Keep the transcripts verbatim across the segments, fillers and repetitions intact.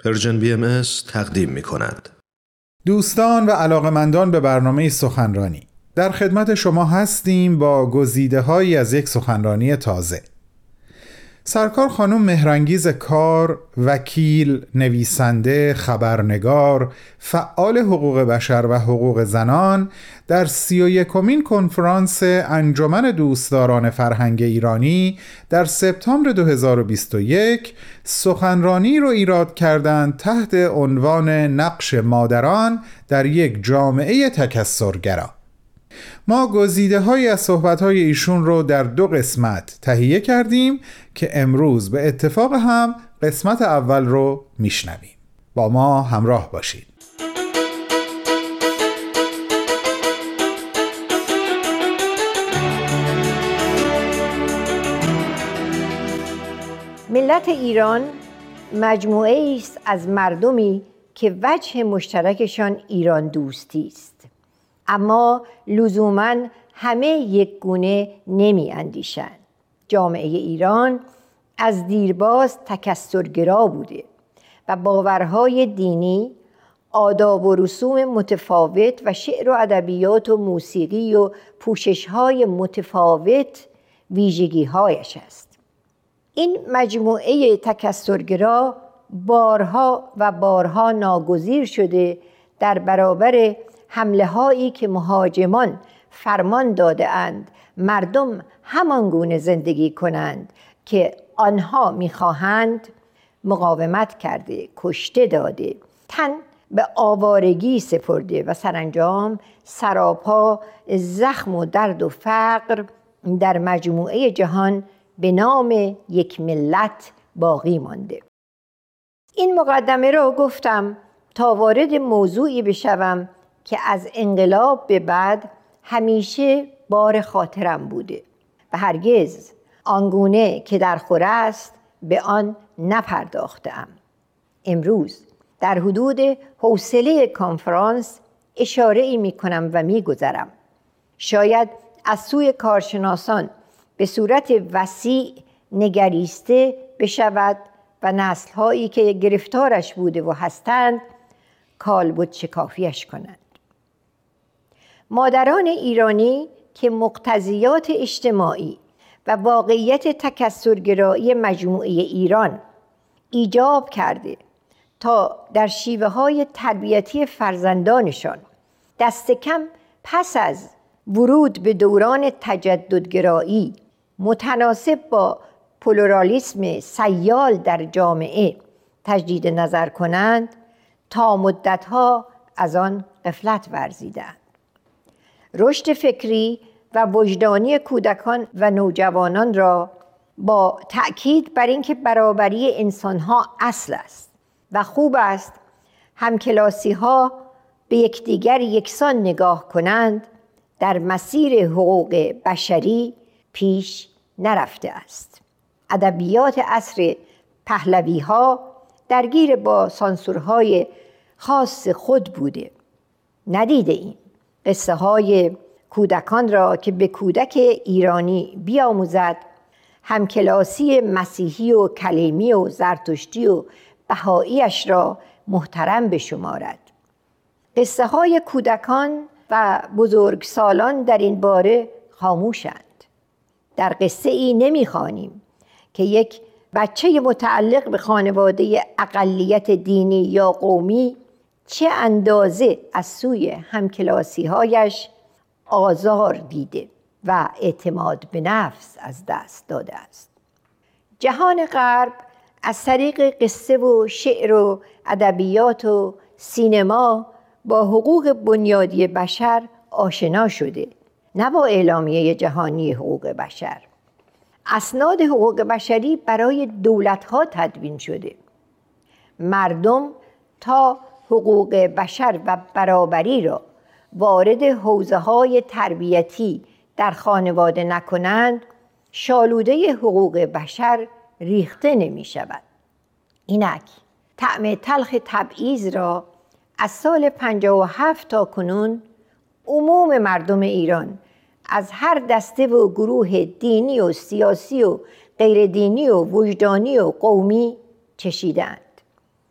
پرژن بی ام اس تقدیم می کند. دوستان و علاقمندان به برنامه سخنرانی، در خدمت شما هستیم با گزیده هایی از یک سخنرانی تازه. سرکار خانم مهرانگیز کار، وکیل، نویسنده، خبرنگار، فعال حقوق بشر و حقوق زنان، در سی و یکمین کنفرانس انجمن دوستداران فرهنگ ایرانی در سپتامبر دو هزار و بیست و یک سخنرانی رو ایراد کردند تحت عنوان نقش مادران در یک جامعه تکثرگرا. ما گزیده های از صحبت های ایشون رو در دو قسمت تهیه کردیم که امروز به اتفاق هم قسمت اول رو میشنویم. با ما همراه باشید. ملت ایران مجموعه است از مردمی که وجه مشترکشان ایران دوستی است، اما لزوماً همه یک گونه نمی اندیشند. جامعه ایران از دیرباز تکثرگرا بوده و باورهای دینی، آداب و رسوم متفاوت و شعر و ادبیات و موسیقی و پوشش‌های متفاوت ویژگی‌هایش است. این مجموعه تکثرگرا بارها و بارها ناگزیر شده در برابر حمله هایی که مهاجمان فرمان داده اند مردم همان گونه زندگی کنند که آنها میخواهند، مقاومت کرده، کشته داده، تن به آوارگی سپرده و سرانجام سراپا زخم و درد و فقر در مجموعه جهان به نام یک ملت باقی مانده. این مقدمه را گفتم تا وارد موضوعی بشوم که از انقلاب به بعد همیشه بار خاطرم بوده و هرگز آنگونه که در خور است به آن نپرداختم. امروز در حدود حوصله کنفرانس اشاره ای می کنم و می گذرم. شاید از سوی کارشناسان به صورت وسیع نگریسته بشود و نسل‌هایی که گرفتارش بوده و هستند کالبد شکافیش کنند. مادران ایرانی که مقتضیات اجتماعی و واقعیت تکثرگرایی مجموعه ایران ایجاب کرده تا در شیوه‌های تربیتی فرزندانشان دست کم پس از ورود به دوران تجددگرایی متناسب با پلورالیسم سیال در جامعه تجدید نظر کنند، تا مدتها از آن غفلت ورزیدند. رشد فکری و وجدانی کودکان و نوجوانان را با تأکید بر اینکه برابری انسانها اصل است و خوب است همکلاسی‌ها به یکدیگر یکسان نگاه کنند، در مسیر حقوق بشری پیش نرفته است. ادبیات عصر پهلوی‌ها درگیر با سانسورهای خاص خود بوده. ندیده این قصه های کودکان را که به کودک ایرانی بیاموزد همکلاسی مسیحی و کلیمی و زرتشتی و بهاییش را محترم بشمارد. قصه های کودکان و بزرگسالان در این باره خاموشند. در قصه ای نمیخوانیم که یک بچه متعلق به خانواده اقلیت دینی یا قومی چه اندازه از سوی همکلاسی‌هایش آزار دیده و اعتماد به نفس از دست داده است. جهان غرب از طریق قصه و شعر و ادبیات و سینما با حقوق بنیادی بشر آشنا شده، نه با اعلامیه جهانی حقوق بشر. اسناد حقوق بشری برای دولت‌ها تدوین شده. مردم تا حقوق بشر و برابری را وارد حوزه‌های تربیتی در خانواده نکنند، شالوده حقوق بشر ریخته نمی شود. اینک طعم تلخ تبعیض را از سال پنجاه و هفت تا کنون عموم مردم ایران از هر دسته و گروه دینی و سیاسی و غیر دینی و وجدانی و قومی چشیدند.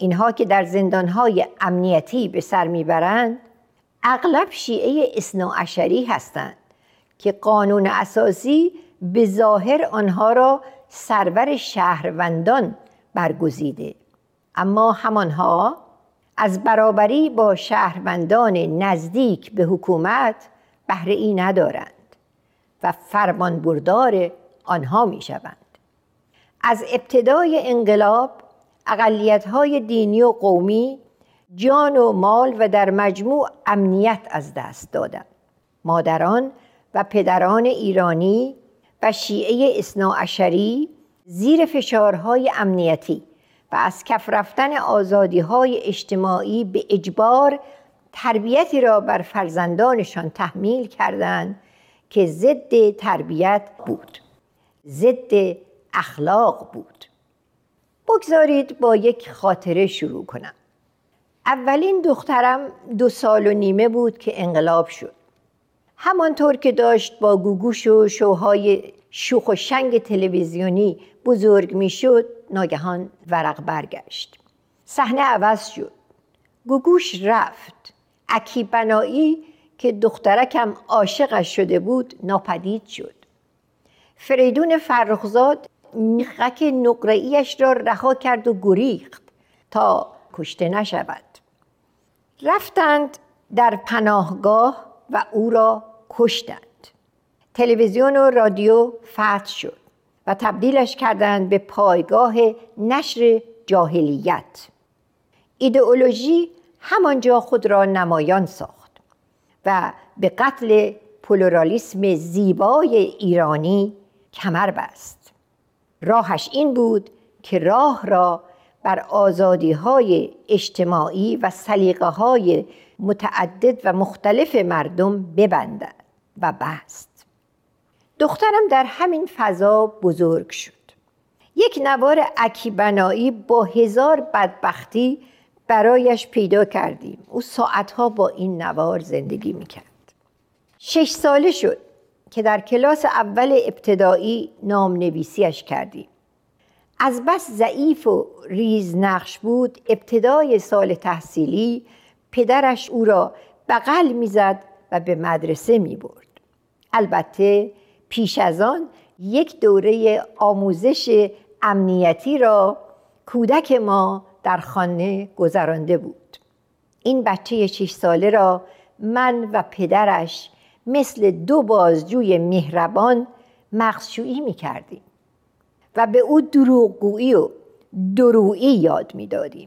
اینها که در زندانهای امنیتی به سر میبرند اغلب شیعه اثناعشری هستند که قانون اساسی به ظاهر آنها را سرور شهروندان برگزیده، اما همانها از برابری با شهروندان نزدیک به حکومت بهره ای ندارند و فرمانبردار آنها می شوند. از ابتدای انقلاب اقلیت‌های دینی و قومی جان و مال و در مجموع امنیت از دست دادند. مادران و پدران ایرانی و شیعه اثناعشری زیر فشارهای امنیتی و از کف رفتن آزادی‌های اجتماعی به اجبار تربیتی را بر فرزندانشان تحمیل کردند که ضد تربیت بود، ضد اخلاق بود. بگذارید با یک خاطره شروع کنم. اولین دخترم دو سال و نیمه بود که انقلاب شد. همانطور که داشت با گوگوش و شوهای شوخ و شنگ تلویزیونی بزرگ می شد، ناگهان ورق برگشت. صحنه عوض شد. گوگوش رفت. اکی بنایی که دخترکم عاشقش شده بود ناپدید شد. فریدون فرخزاد میخک نقره‌ایش را رها کرد و گریخت تا کشته نشود. رفتند در پناهگاه و او را کشتند. تلویزیون و رادیو فتح شد و تبدیلش کردند به پایگاه نشر جاهلیت. ایدئولوژی همانجا خود را نمایان ساخت و به قتل پلورالیسم زیبای ایرانی کمر بست. راهش این بود که راه را بر آزادی‌های اجتماعی و سلیقه‌های متعدد و مختلف مردم ببندد و بست. دخترم در همین فضا بزرگ شد. یک نوار اکی بنایی با هزار بدبختی برایش پیدا کردیم. او ساعتها با این نوار زندگی میکرد. شش ساله شد که در کلاس اول ابتدایی نام نویسیش کردیم. از بس ضعیف و ریز نقش بود، ابتدای سال تحصیلی پدرش او را بغل میزد و به مدرسه میبرد. البته پیش از آن یک دوره آموزش امنیتی را کودک ما در خانه گذرانده بود. این بچه شش ساله را من و پدرش مثل دو بازجوی مهربان مغزشویی می‌کردیم و به او دروغگویی و درویی یاد می‌دادیم.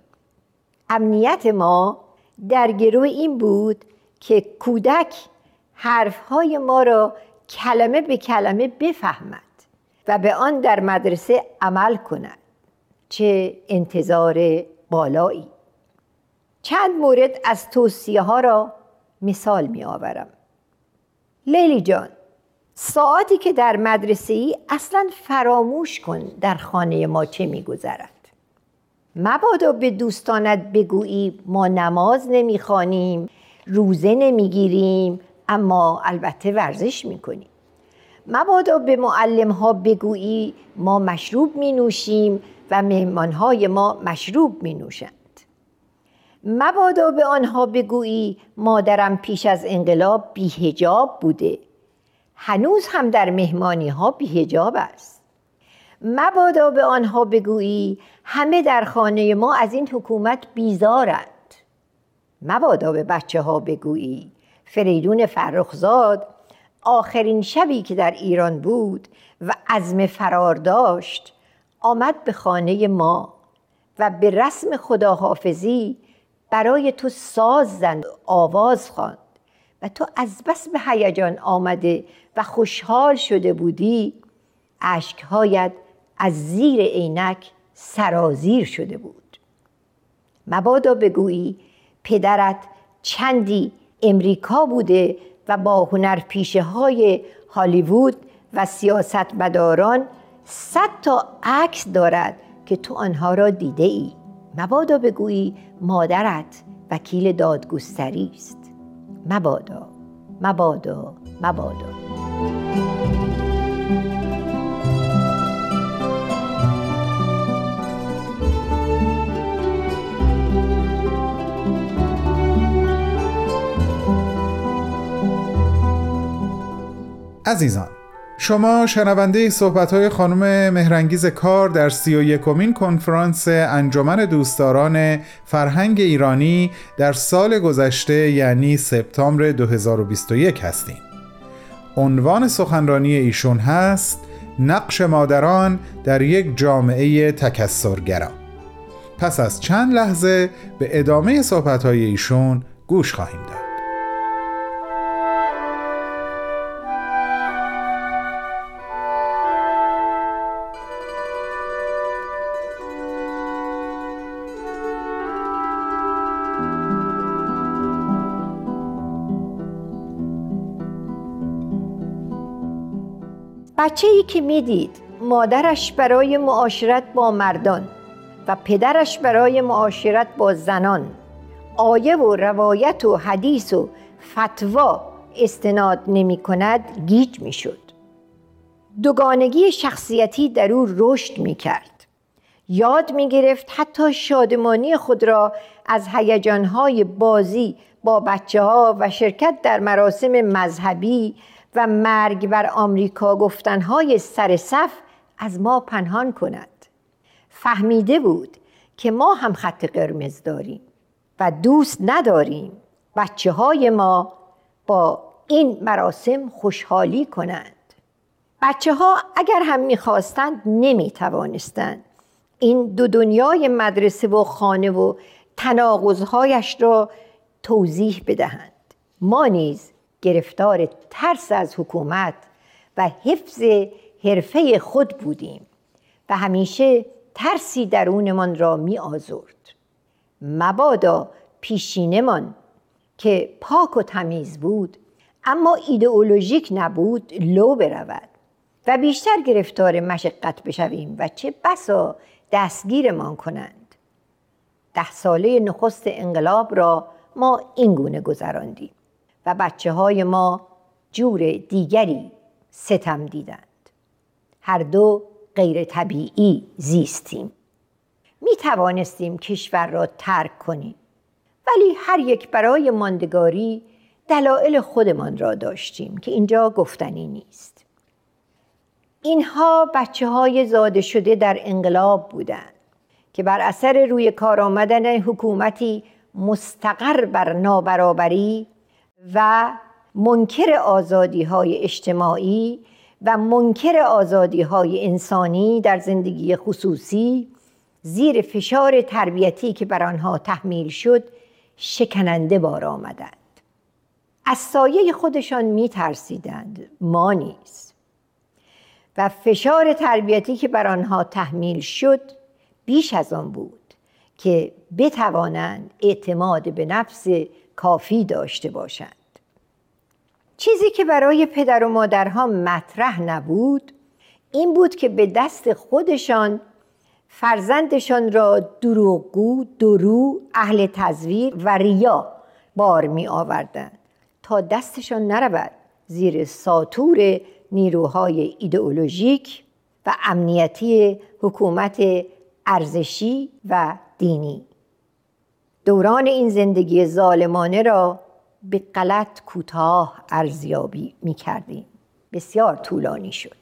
امنیت ما در گرو این بود که کودک حرفهای ما را کلمه به کلمه بفهمد و به آن در مدرسه عمل کند. چه انتظار بالایی! چند مورد از توصیه ها را مثال می آورم. لیلی جان، ساعتی که در مدرسه ای اصلا فراموش کن در خانه ما چه می گذرد. مبادا به دوستانت بگویی ما نماز نمی خوانیم، روزه نمی گیریم، اما البته ورزش می کنیم. مبادا به معلم ها بگویی ما مشروب می نوشیم و مهمان های ما مشروب می نوشند. مبادا به آنها بگویی مادرم پیش از انقلاب بی حجاب بوده، هنوز هم در مهمانی ها بی حجاب است. مبادا به آنها بگویی همه در خانه ما از این حکومت بیزارند. مبادا به بچه ها بگویی فریدون فرخزاد آخرین شبی که در ایران بود و عزم فرار داشت آمد به خانه ما و به رسم خداحافظی برای تو ساز زند و آواز خواند و تو از بس به هیجان آمده و خوشحال شده بودی اشکهایت از زیر عینک سرازیر شده بود. مبادا بگویی پدرت چندی امریکا بوده و با هنرپیشه های هالیوود و سیاستمداران صد تا عکس دارد که تو آنها را دیده ای. مبادا بگویی مادرت وکیل دادگستری است. مبادا، مبادا، مبادا. عزیزان، شما شنونده صحبت‌های خانم مهرانگیز کار در سی و یکمین کنفرانس انجمن دوستداران فرهنگ ایرانی در سال گذشته یعنی سپتامبر دو هزار و بیست و یک هستید. عنوان سخنرانی ایشون هست نقش مادران در یک جامعه تکثرگرا. پس از چند لحظه به ادامه صحبت‌های ایشون گوش خواهیم داد. بچه‌ای که میدید مادرش برای معاشرت با مردان و پدرش برای معاشرت با زنان آیه و روایت و حدیث و فتوا استناد نمی کند گیج می شد. دوگانگی شخصیتی در او رشد می کرد. یاد می گرفت حتی شادمانی خود را از هیجانهای بازی با بچه ها و شرکت در مراسم مذهبی و مرگ بر آمریکا گفتنهای سر صف از ما پنهان کند. فهمیده بود که ما هم خط قرمز داریم و دوست نداریم بچه های ما با این مراسم خوشحالی کنند. بچه ها اگر هم میخواستند نمیتوانستند این دو دنیای مدرسه و خانه و تناقض‌هایش را توضیح بدهند. ما نیز گرفتار ترس از حکومت و حفظ حرفه خود بودیم و همیشه ترسی درونمان را می آزرد. مبادا پیشینمان که پاک و تمیز بود اما ایدئولوژیک نبود لو برود و بیشتر گرفتار مشقت بشویم و چه بسا دستگیرمان کنند. ده ساله نخست انقلاب را ما اینگونه گذراندیم و بچه های ما جور دیگری ستم دیدند. هر دو غیر طبیعی زیستیم. می توانستیم کشور را ترک کنیم ولی هر یک برای ماندگاری دلایل خودمان را داشتیم که اینجا گفتنی نیست. اینها بچه های زاده شده در انقلاب بودند که بر اثر روی کار آمدن حکومتی مستقر بر نابرابری و منکر آزادی‌های اجتماعی و منکر آزادی‌های انسانی در زندگی خصوصی زیر فشار تربیتی که بر آنها تحمیل شد شکننده بار آمدند. از سایه خودشان می‌ترسیدند، ما نیز. و فشار تربیتی که بر آنها تحمیل شد بیش از آن بود که بتوانند اعتماد به نفس کافی داشته باشند. چیزی که برای پدر و مادرها مطرح نبود این بود که به دست خودشان فرزندشان را دروغگو، درو، اهل تزویر و ریا بار می آوردند تا دستشان نرود زیر ساطور نیروهای ایدئولوژیک و امنیتی حکومت ارزشی و دینی. دوران این زندگی ظالمانه را به غلط کوتاه ارزیابی می کردیم. بسیار طولانی شد.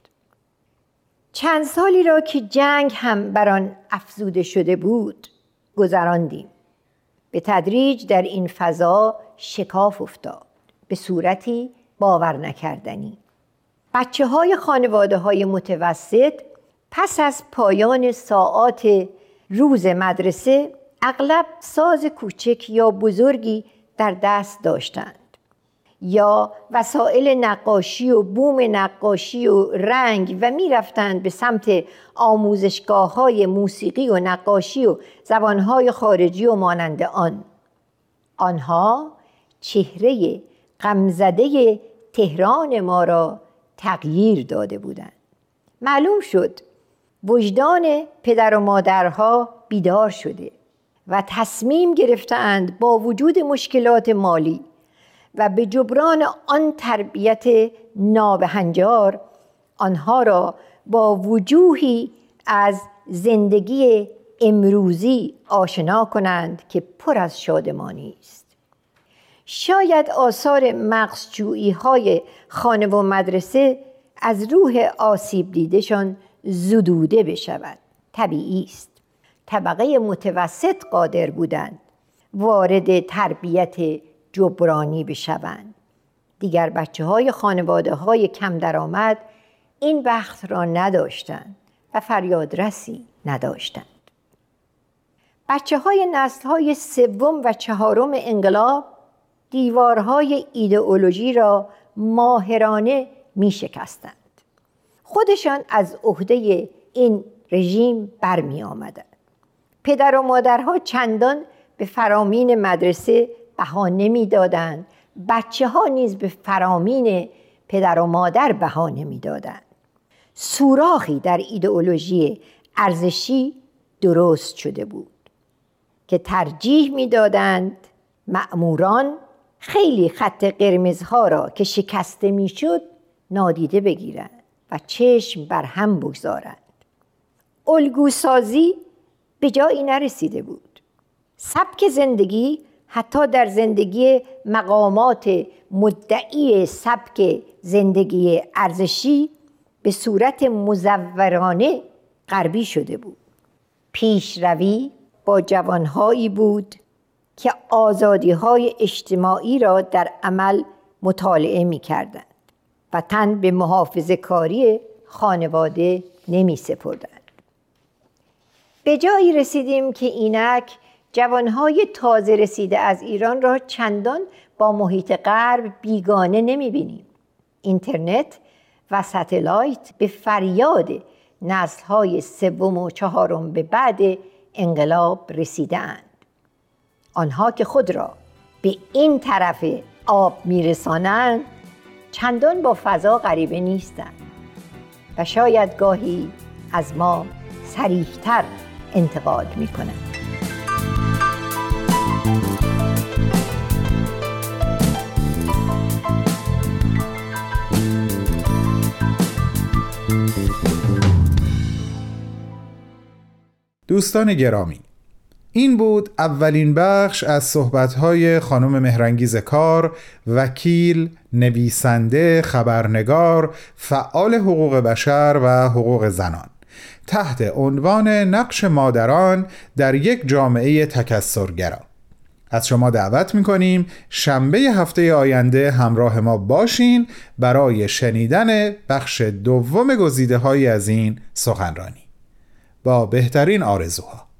چند سالی را که جنگ هم بر آن افزوده شده بود گذراندیم. به تدریج در این فضا شکاف افتاد به صورتی باور نکردنی. بچه های خانواده های متوسط پس از پایان ساعات روز مدرسه اغلب ساز کوچک یا بزرگی در دست داشتند یا وسایل نقاشی و بوم نقاشی و رنگ و می رفتند به سمت آموزشگاه های موسیقی و نقاشی و زبانهای خارجی و مانند آن. آنها چهره غمزده تهران ما را تغییر داده بودند. معلوم شد وجدان پدر و مادرها بیدار شده و تصمیم گرفتند با وجود مشکلات مالی و به جبران آن تربیت نابهنجار آنها را با وجوهی از زندگی امروزی آشنا کنند که پر از شادمانی است. شاید آثار مغزجویی های خانه و مدرسه از روح آسیب دیدشان زدوده بشود. طبیعی است. طبقه متوسط قادر بودند وارد تربیت جبرانی بشوند. دیگر بچه های خانواده های کم درآمد این بخت را نداشتند و فریادرسی نداشتند. بچه های نسل های سوم و چهارم انقلاب دیوارهای ایدئولوژی را ماهرانه می شکستند. خودشان از عهده این رژیم برمی آمدند. پدر و مادرها چندان به فرامین مدرسه بها نمی دادند. بچه ها نیز به فرامین پدر و مادر بها نمی دادند. سوراخی در ایدئولوژی ارزشی درست شده بود که ترجیح می دادند مأموران خیلی خط قرمزها را که شکسته می شد نادیده بگیرند و چشم بر هم بگذارند. الگوسازی به جایی نرسیده بود. سبک زندگی حتی در زندگی مقامات مدعی سبک زندگی ارزشی به صورت مزورانه غربی شده بود. پیشروی با جوانهایی بود که آزادی‌های اجتماعی را در عمل مطالعه می‌کردند و تن به محافظه‌کاری خانواده نمی‌سپردند. به جایی رسیدیم که اینک جوانهای تازه رسیده از ایران را چندان با محیط غرب بیگانه نمی‌بینیم. اینترنت و ستلایت به فریاد نسل‌های سوم و چهارم به بعد انقلاب رسیده‌اند. آنها که خود را به این طرف آب می‌رسانند چندان با فضا غریبه نیستند و شاید گاهی از ما صریح‌تر انتقاد می‌کنند. دوستان گرامی، این بود اولین بخش از صحبت‌های خانم مهرانگیز کار، وکیل، نویسنده، خبرنگار، فعال حقوق بشر و حقوق زنان تحت عنوان نقش مادران در یک جامعه تکثرگرا. از شما دعوت می‌کنیم شنبه هفته آینده همراه ما باشین برای شنیدن بخش دوم گزیده‌هایی از این سخنرانی. با بهترین آرزوها.